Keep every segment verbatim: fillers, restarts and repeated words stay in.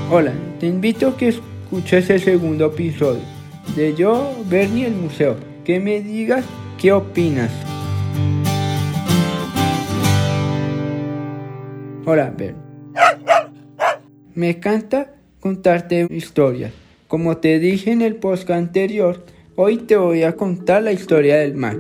Hola, te invito a que escuches el segundo episodio de Yo, Bernie, el museo. Que me digas qué opinas. Hola, Bernie. Me encanta contarte historias. Como te dije en el podcast anterior, hoy te voy a contar la historia del Mac.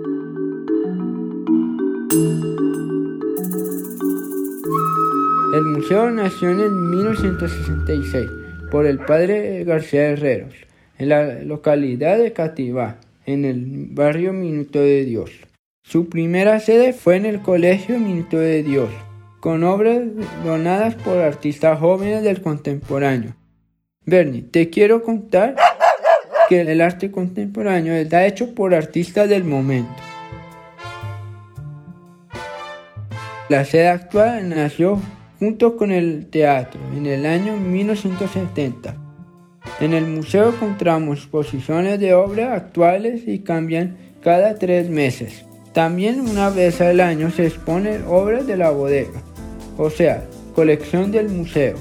El museo nació en el mil novecientos sesenta y seis por el padre García Herreros, en la localidad de Cativá, en el barrio Minuto de Dios. Su primera sede fue en el Colegio Minuto de Dios, con obras donadas por artistas jóvenes del contemporáneo. Bernie, te quiero contar que el arte contemporáneo está hecho por artistas del momento. La sede actual nació junto con el teatro en el año mil novecientos setenta. En el museo encontramos exposiciones de obras actuales y cambian cada tres meses. También una vez al año se exponen obras de la bodega, o sea, colección del museo.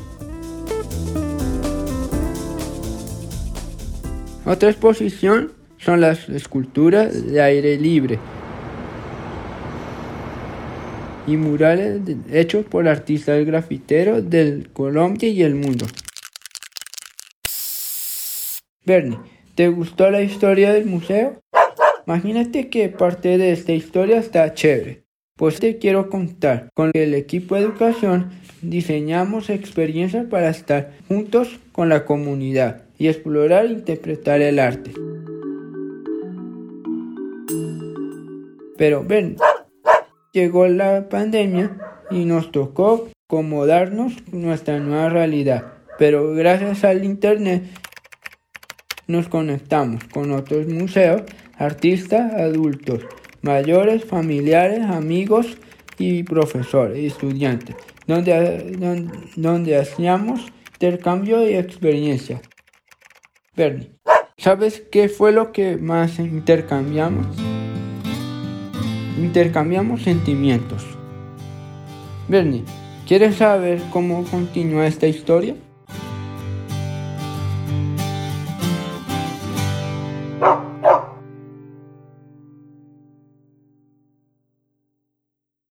Otra exposición son las esculturas de aire libre y murales hechos por artistas grafiteros de Colombia y el mundo. Bernie, ¿te gustó la historia del museo? Imagínate que parte de esta historia está chévere. Pues te quiero contar, con el equipo de educación diseñamos experiencias para estar juntos con la comunidad y explorar e interpretar el arte. Pero Bernie, llegó la pandemia y nos tocó acomodarnos nuestra nueva realidad, pero gracias al internet nos conectamos con otros museos, artistas, adultos, mayores, familiares, amigos y profesores y estudiantes, donde, donde, donde hacíamos intercambio de experiencias. Bernie, ¿sabes qué fue lo que más intercambiamos? Intercambiamos sentimientos. Bernie, ¿quieres saber cómo continúa esta historia?